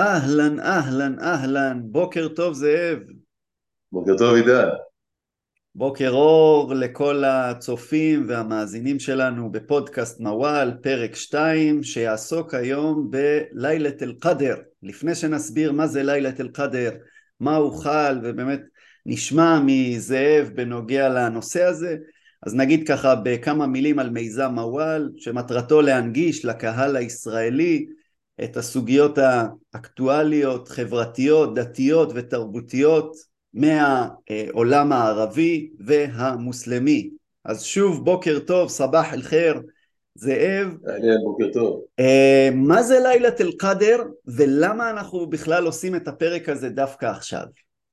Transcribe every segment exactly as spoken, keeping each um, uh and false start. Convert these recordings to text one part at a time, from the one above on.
אהלן, אהלן, אהלן, בוקר טוב זאב. בוקר טוב עידן. בוקר אור לכל הצופים והמאזינים שלנו בפודקאסט מוואל, פרק שתיים, שיעסוק היום בלילת אל קדר. לפני שנסביר מה זה לילת אל קדר, מה הוא חל, ובאמת נשמע מזאב בנוגע לנושא הזה, אז נגיד ככה בכמה מילים על מיזם מוואל, שמטרתו להנגיש לקהל הישראלי את הסוגיות האקטואליות, חברתיות, דתיות ותרבותיות מהעולם הערבי והמוסלמי. אז שוב בוקר טוב, סבח אל חיר זאב. אהלן, בוקר טוב. אה, מה זה לילת אל קדר ולמה אנחנו בכלל עושים את הפרק הזה דווקא עכשיו?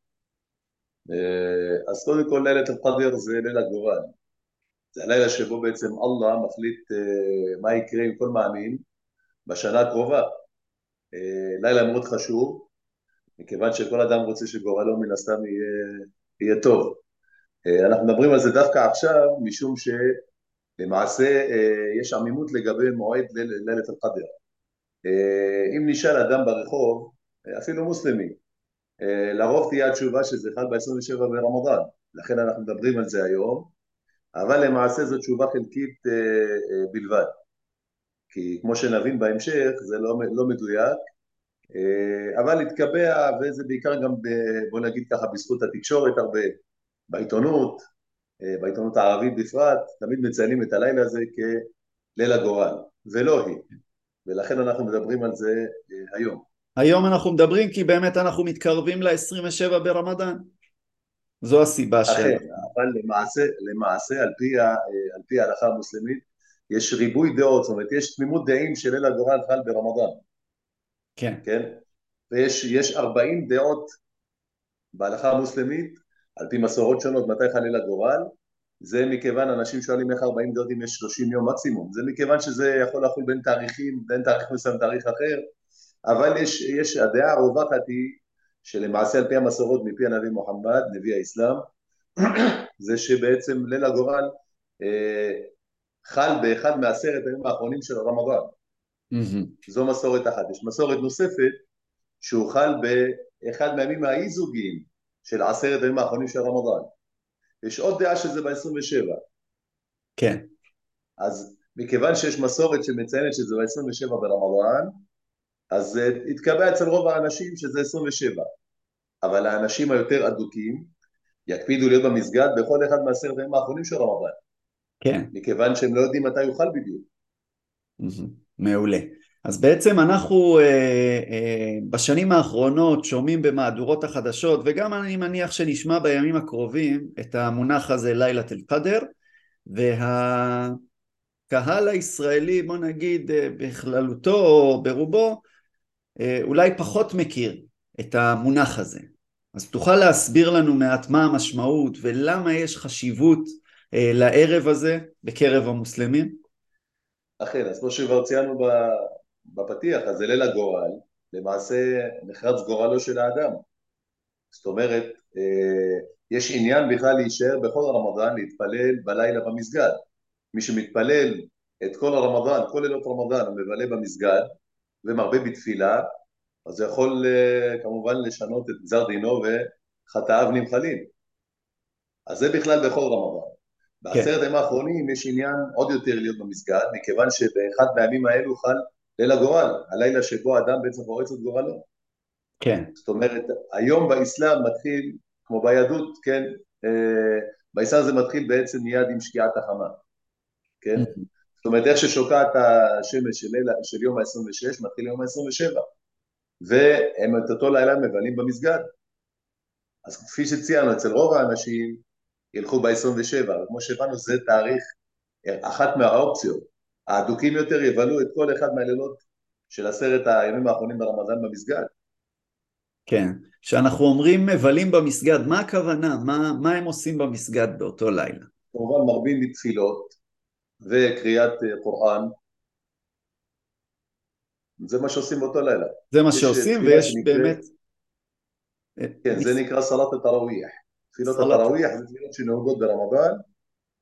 אה, אז קודם כל לילת אל-קדר זה ליל הגורל. זה הלילה שבו בעצם אללה מחליט אה, מה יקרה עם כל מאמין בשנה הקרובה. אה, לילה מאוד חשוב, מכיוון שכל אדם רוצה שגורלו מן הסתם יהיה, יהיה טוב. אה, אנחנו מדברים על זה דווקא עכשיו, משום שלמעשה אה, יש עמימות לגבי מועד ליל- לילת אל-קדר. אה, אם נשאל אדם ברחוב, אה, אפילו מוסלמי, אה, לרוב תהיה התשובה שזה חל ב-עשרים ושבעה ברמדאן, לכן אנחנו מדברים על זה היום, אבל למעשה זו תשובה חלקית אה, אה, בלבד, כי כמו שנבין בהמשך זה לא, לא מדויק, אה, אבל התקבע, וזה בעיקר גם, ב, בוא נגיד ככה, בזכות התקשורת הרבה, בעיתונות, אה, בעיתונות הערבית בפרט, תמיד מציינים את הלילה הזה כליל הגורל, ולא היא, ולכן אנחנו מדברים על זה אה, היום. היום אנחנו מדברים כי באמת אנחנו מתקרבים ל-עשרים ושבעה ברמדאן, זו הסיבה אכן, שאנחנו... אבל למעשה, למעשה על פי, ה- על פי ההלכה המוסלמית, יש ריבוי דעות, זאת אומרת, יש תמימות דעים של ליל הגורל חל ברמדאן, כן, כן? ויש יש ארבעים דעות בהלכה המוסלמית, על פי מסורות שונות, מתי חל ליל הגורל, זה מכיוון, אנשים שואלים איך ארבעים דעות אם יש שלושים יום מקסימום, זה מכיוון שזה יכול לחול בין תאריכים, בין תאריך מסוים תאריך אחר, אבל יש, יש, הדעה הרווחת היא, שלמעשה על פי המסורות מפי הנביא מוחמד, נביא האסלאם, זה שבעצם ליל הגורל אה, חל באחד מעשרת הימים האחרונים של רמדאן. מהמם. זו מסורת אחת. יש מסורת נוספת שהוא חל באחד מהימים האי-זוגיים של עשרת הימים האחרונים של רמדאן. יש עוד דעה שזה ב-עשרים ושבע. כן, אז מכיוון שיש מסורת שמציינת שזה ב-עשרים ושבע ברמדאן, אז uh, התקבע אצל רוב האנשים שזה עשרים ושבע. אבל האנשים היותר אדוקים יקפידו להיות במסגד בכל אחד מעשרת הימים האחרונים של רמדאן, כן. מכיוון שהם לא יודעים מתי יוכל בדיוק. מהמם. מעולה. אז בעצם אנחנו אה, אה, בשנים האחרונות שומעים במהדורות החדשות, וגם אני מניח שנשמע בימים הקרובים את המונח הזה לילת אל קדר, והקהל הישראלי, בוא נגיד אה, בכללותו או ברובו, אה, אולי פחות מכיר את המונח הזה. אז תוכל להסביר לנו מעט מה המשמעות ולמה יש חשיבות אה, לערב הזה בקרב המוסלמים? אכן, אז כמו שכבר ציינו ב- בפתיח, אז זה ליל הגורל, למעשה נחרץ גורלו של האדם. זאת אומרת, אה, יש עניין בכלל להישאר בכל הרמדאן, להתפלל בלילה במסגד. מי שמתפלל את כל הרמדאן, כל לילות רמדאן, הוא מבלה במסגד ומרבה בתפילה, אז זה יכול אה, כמובן לשנות את גזר דינו וחטאיו נמחלים. אז זה בכלל בכל רמדאן. כן, בעשרת הימים האחרונים יש עניין עוד יותר להיות במסגד, מכיוון שבאחד מהימים האלו חל ליל הגורל, הלילה שבו האדם בעצם פורץ את גורלו. כן. זאת אומרת, היום באסלאם מתחיל, כמו ביהדות, כן, אה, באסלאם זה מתחיל בעצם מיד עם שקיעת החמה, כן? זאת אומרת, איך ששוקעת השמש של, לילה, של יום ה-עשרים ושש, מתחיל יום ה-עשרים ושבע, והם את אותו לילה מבלים במסגד. אז כפי שציינו, אצל רוב האנשים ילכו ב-עשרים ושבע, אבל כמו שהבנו, זה תאריך, אחת מהאופציות. האדוקים יותר יבלו את כל אחד מהלילות של עשרת הימים האחרונים ברמדאן במסגד. כן, כשאנחנו אומרים מבלים במסגד, מה הכוונה? מה, מה הם עושים במסגד באותו לילה? כמובן מרבים בתפילות וקריאת אה, קוראן, זה מה שעושים באותו לילה. זה מה יש אה, שעושים, תפילה ויש שנקראת, באמת אה, כן, זה מס- נקרא סלט התראוויח. תפילות סלט. התראוויח זה תפילות שנהוגות ברמדאן,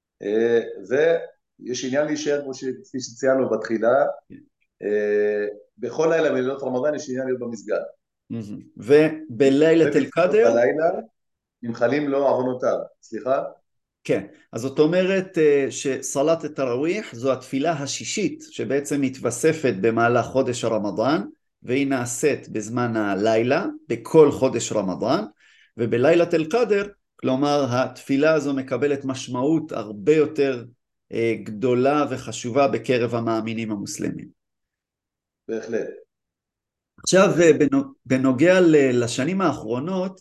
אה, ויש עניין להישאר, כמו ש- כפי שציינו בתחילה, אה, בכל לילה מלילות רמדאן יש עניין להיות במסגד. ובלילת ובתפילות אל-קאדר, בלילה נמחלים לו עוונותיו. סליחה? כן, אז זאת אומרת אה, שסלת התראוויח זו התפילה השישית שבעצם מתווספת במהלך חודש הרמדאן, והיא נעשית בזמן הלילה בכל חודש רמדאן, ובלילת אל-קאדר, כלומר התפילה הזו מקבלת משמעות הרבה יותר אה, גדולה וחשובה בקרב המאמינים המוסלמים. בהחלט. עכשיו בהחלט. בנוגע לשנים האחרונות,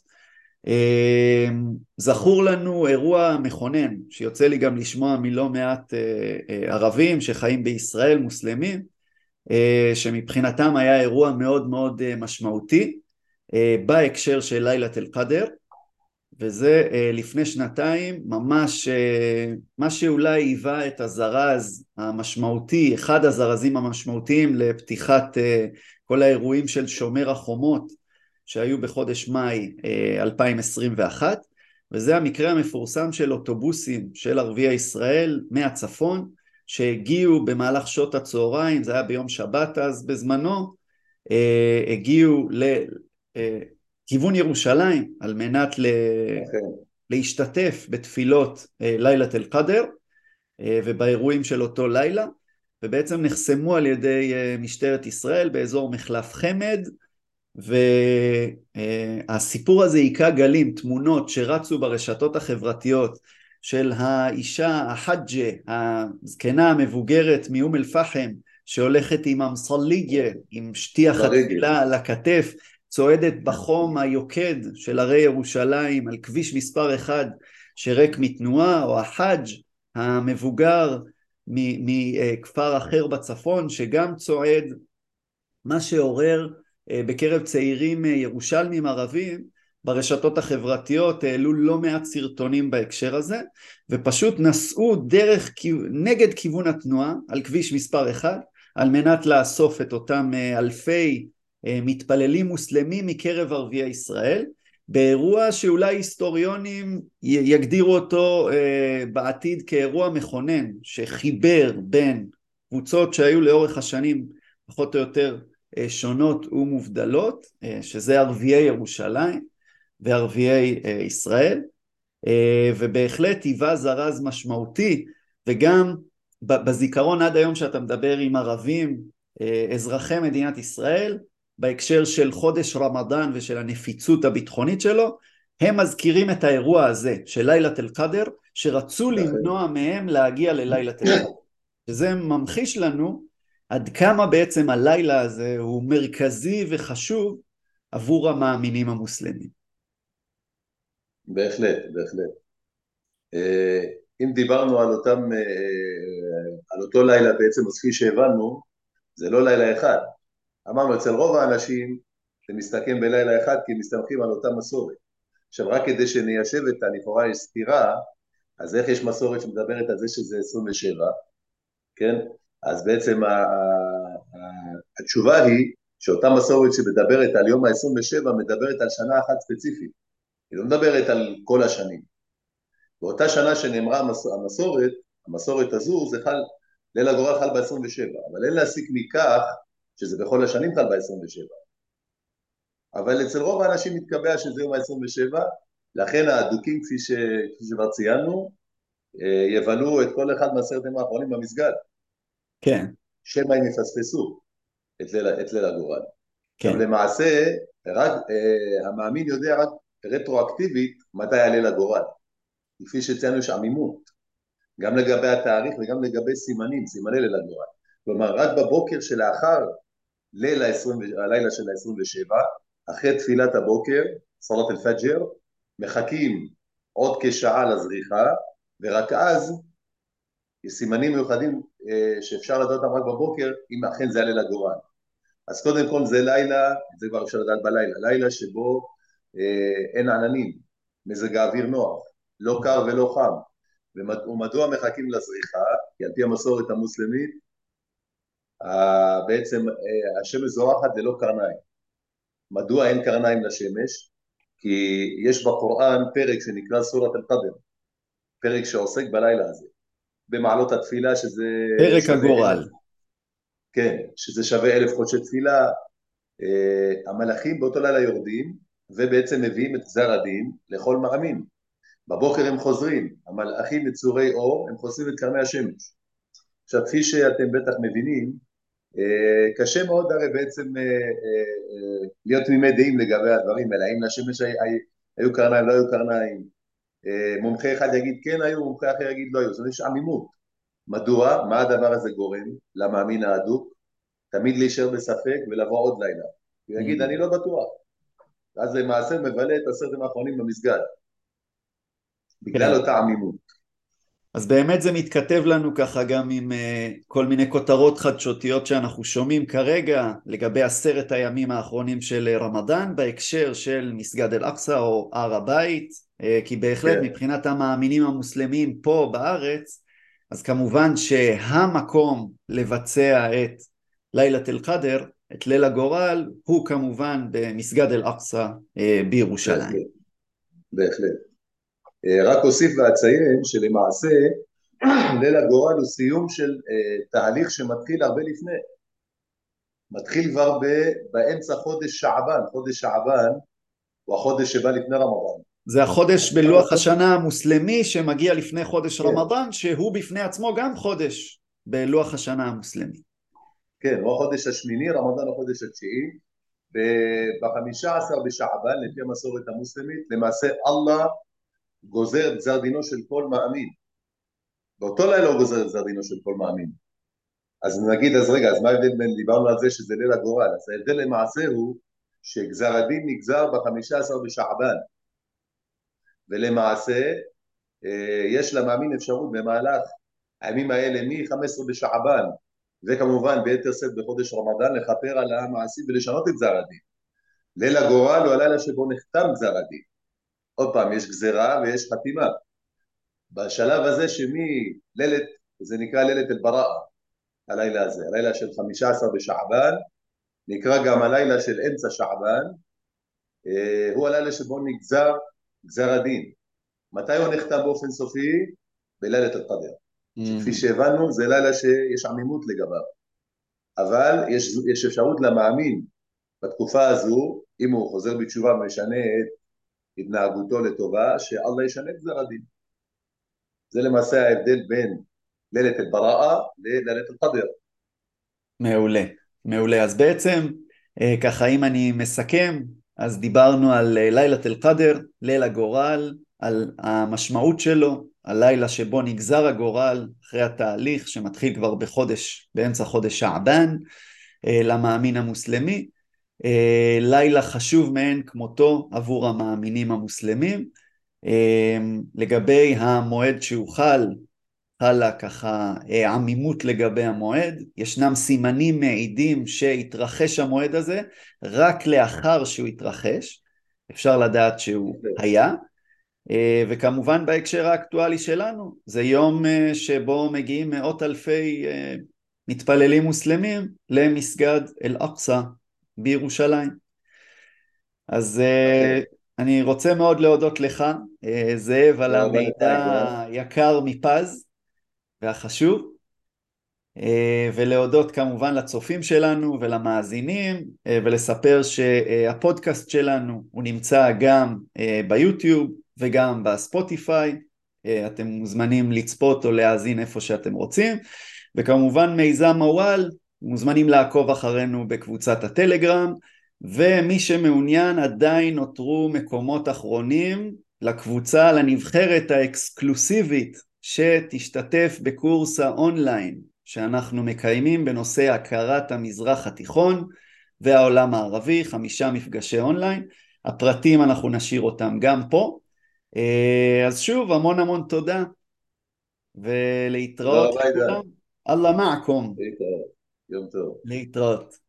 זכור לנו אירוע מכונן שיוצא לי גם לשמוע מלא מעט ערבים שחיים בישראל, מוסלמים, שמבחינתם היה אירוע מאוד מאוד משמעותי בהקשר של לילת אל-קאדר, וזה לפני שנתיים, ממש מה שאולי היווה את הזרז המשמעותי, אחד הזרזים המשמעותיים לפתיחת כל האירועים של שומר החומות שהיו בחודש מאי אלפיים עשרים ואחת, וזה המקרה המפורסם של אוטובוסים של ערביי ישראל מהצפון שהגיעו במהלך שעות הצהריים, זה היה ביום שבת אז בזמנו, הגיעו לכיוון ירושלים על מנת ל... להשתתף בתפילות לילת אל-קאדר ובאירועים של אותו לילה, ובעצם נחסמו על ידי משטרת ישראל באזור מחלף חמד, והסיפור הזה היכה גלים, תמונות שרצו ברשתות החברתיות של האישה החג'ה, הזקנה המבוגרת מאום אל פחם, שהולכת עם המסליגיה, עם שטיח התפילה על הכתף, צועדת בחום היוקד של הרי ירושלים על כביש מספר אחד שרק מתנועה, או החג' המבוגר מכפר אחר בצפון שגם צועד, מה שעורר בקרב צעירים ירושלמים ערבים ברשתות החברתיות, העלו לא מעט סרטונים בהקשר הזה, ופשוט נסעו דרך נגד כיוון התנועה על כביש מספר אחד, על מנת לאסוף את אותם אלפי מתפללים מוסלמים מקרב ערביי ישראל, באירוע שאולי היסטוריונים יגדירו אותו בעתיד כאירוע מכונן, שחיבר בין קבוצות שהיו לאורך השנים פחות או יותר שונות ומובדלות, שזה ערביי ירושלים וערביי ישראל, ובהחלט היווה זרז משמעותי, וגם בזיכרון עד היום שאתה מדבר עם ערבים, אזרחי מדינת ישראל, בהקשר של חודש רמדאן ושל הנפיצות הביטחונית שלו, הם מזכירים את האירוע הזה של לילת אל-קאדר, שרצו למנוע מהם להגיע ללילת אל-קאדר, שזה ממחיש לנו עד כמה בעצם הלילה הזה הוא מרכזי וחשוב עבור המאמינים המוסלמים. בהחלט, בהחלט. אם דיברנו על אותם, על אותו לילה בעצם, אז כפי שהבנו, זה לא לילה אחד. אמרנו, אצל רוב האנשים זה מסתכם בלילה אחד, כי הם מסתמכים על אותה מסורת. עכשיו, רק כדי שניישב את לכאורה יש סתירה, אז איך יש מסורת שמדברת על זה שזה עשרים ושבע, כן? אז בעצם התשובה היא שאותה מסורת שמדברת על יום ה-עשרים ושבע מדברת על שנה אחת ספציפית, היא לא מדברת על כל השנים. באותה שנה שנאמרה המסורת, המסורת הזו, זה חל, ליל הגורל חל ב-עשרים ושבע, אבל אין להסיק מכך שזה בכל השנים חל ב-עשרים ושבע. אבל אצל רוב האנשים מתקבע שזה יום ה-עשרים ושבע, לכן האדוקים, כפי שכבר ציינו, יבלו את כל אחד מעשרת הימים האחרונים במסגד. כן. שמא הם יפספסו את ליל, את ליל הגורל. כן. עכשיו למעשה, רק, אה, המאמין יודע רק רטרואקטיבית מתי היה ליל הגורל. לפי שציינו יש עמימות, גם לגבי התאריך וגם לגבי סימנים, סימני ליל הגורל. כלומר, רק בבוקר שלאחר ליל ה-עשרים, הלילה של ה-עשרים ושבע, אחרי תפילת הבוקר, סלת אל-פג'ר, מחכים עוד כשעה לזריחה, ורק אז יש סימנים מיוחדים שאפשר לדעת אותם רק בבוקר, אם אכן זה ליל הגורל. אז קודם כל זה לילה, זה כבר אפשר לדעת בלילה, לילה שבו אה, אין עננים, מזג האוויר נוח, לא קר ולא חם. ומדוע מחכים לזריחה? כי על פי המסורת המוסלמית, אה, בעצם אה, השמש זורחת ללא קרניים. מדוע אין קרניים לשמש? כי יש בקוראן פרק שנקרא סורת אל-קאדר, פרק שעוסק בלילה הזה, במעלות התפילה שזה... פרק הגורל. כן, שזה שווה אלף חודשי תפילה. אה, המלאכים באותו לילה יורדים, ובעצם מביאים את גזר הדין לכל מאמין. בבוקר הם חוזרים, המלאכים יצורי אור, הם חוזרים את קרני השמש. עכשיו, כפי שאתם בטח מבינים, אה, קשה מאוד הרי בעצם אה, אה, אה, להיות תמימי דעים לגבי הדברים האלה, האם לשמש הי- הי- היו קרניים, לא היו קרניים, אה, מומחה אחד יגיד כן היו, מומחה אחר יגיד לא היו, זאת אומרת יש עמימות. מדוע? מה הדבר הזה גורם למאמין האדוק? תמיד להישאר בספק ולבוא עוד לילה. הוא יגיד אני לא בטוח, ואז למעשה מבלה את עשרת ימים האחרונים במסגד, בגלל כן. אותה עמימות. אז באמת זה מתכתב לנו ככה גם עם uh, כל מיני כותרות חדשותיות שאנחנו שומעים כרגע לגבי עשרת הימים האחרונים של רמדאן בהקשר של מסגד אל-אקצא או הר הבית, uh, כי בהחלט כן, מבחינת המאמינים המוסלמים פה בארץ, אז כמובן שהמקום לבצע את לילת אל-קדר, את ליל הגורל, הוא כמובן במסגד אל-אקצא uh, בירושלים. בהחלט, בהחלט. אה, רק אוסיף ואציין שלמעשה ליל הגורל הוא סיום של אה, תהליך שמתחיל הרבה לפני, מתחיל כבר ב- באמצע חודש שעבן. חודש שעבן הוא החודש שבא לפני רמדאן. זה החודש אז כבר בלוח החודש, השנה המוסלמי שמגיע לפני חודש כן, רמדאן, שהוא בפני עצמו גם חודש בלוח השנה המוסלמי. כן, הוא החודש השמיני, רמדאן החודש התשיעי. ב-חמישה עשר בשעבן, לפי המסורת המוסלמית, למעשה אללה גוזר את גזר דינו של כל מאמין. באותו לילה הוא גוזר את גזר דינו של כל מאמין. אז נגיד, אז רגע, אז מה ההבדל בין, דיברנו על זה שזה ליל הגורל, אז ההבדל למעשה הוא שגזר הדין נגזר ב-חמישה עשר בשעבן, ולמעשה אה, יש למאמין אפשרות במהלך הימים האלה מ-חמש עשרה בשעבן, וכמובן ביתר שאת בחודש רמדאן, לכפר על המעשים ולשנות את גזר הדין. ליל הגורל הוא הלילה שבו נחתם גזר הדין. עוד פעם, יש גזרה ויש חתימה. בשלב הזה שמלילת, זה נקרא לילת אל-בראאה, הלילה הזה, הלילה של חמישה עשר בשעבן, נקרא גם הלילה של אמצע שעבן, אה, הוא הלילה שבו נגזר גזר הדין. מתי הוא נחתם באופן סופי? בלילת אל-קדר, שכפי Mm. שהבנו זה לילה שיש עמימות לגביו, אבל יש, יש אפשרות למאמין בתקופה הזו, אם הוא חוזר בתשובה ומשנה את התנהגותו לטובה, שאללה ישנה את גזר הדין. זה למעשה ההבדל בין לילת אל-בראאה ללילת אל-קדר. מעולה, מעולה. אז בעצם, אה, ככה אם אני מסכם, אז דיברנו על אה, לילת אל-קדר, ליל הגורל, על המשמעות שלו, הלילה שבו נגזר הגורל אחרי התהליך שמתחיל כבר בחודש, באמצע חודש שעבן, אה, למאמין המוסלמי. אה, לילה חשוב מעין כמותו עבור המאמינים המוסלמים. אה, לגבי המועד שהוחל, חלה ככה אה, עמימות לגבי המועד, ישנם סימנים מעידים שהתרחש המועד הזה, רק לאחר שהוא התרחש, אפשר לדעת שהוא היה, אה, וכמובן בהקשר האקטואלי שלנו, זה יום אה, שבו מגיעים מאות אלפי אה, מתפללים מוסלמים למסגד אל-אקצא בירושלים. אז אכן. אה, אני רוצה מאוד להודות לך, אה, זאב, על תודה רבה לך המידע עידן. היקר מפז והחשוב, אה, ולהודות כמובן לצופים שלנו ולמאזינים, אה, ולספר שהפודקאסט שלנו הוא נמצא גם אה, ביוטיוב וגם בספוטיפיי, אה, אתם מוזמנים לצפות או להאזין איפה שאתם רוצים, וכמובן מיזם מוואל, מוזמנים לעקוב אחרינו בקבוצת הטלגרם, ומי שמעוניין עדיין נותרו מקומות אחרונים לקבוצה, לנבחרת האקסקלוסיבית שתשתתף בקורס האונליין שאנחנו מקיימים בנושא הכרת המזרח התיכון והעולם הערבי, חמישה מפגשי אונליין. הפרטים אנחנו נשאיר אותם גם פה. אז שוב, המון המון תודה, תודה ולהתראות רבה עידן. לכולם. אללה מעכום. להתראות. יום טוב. להתראות.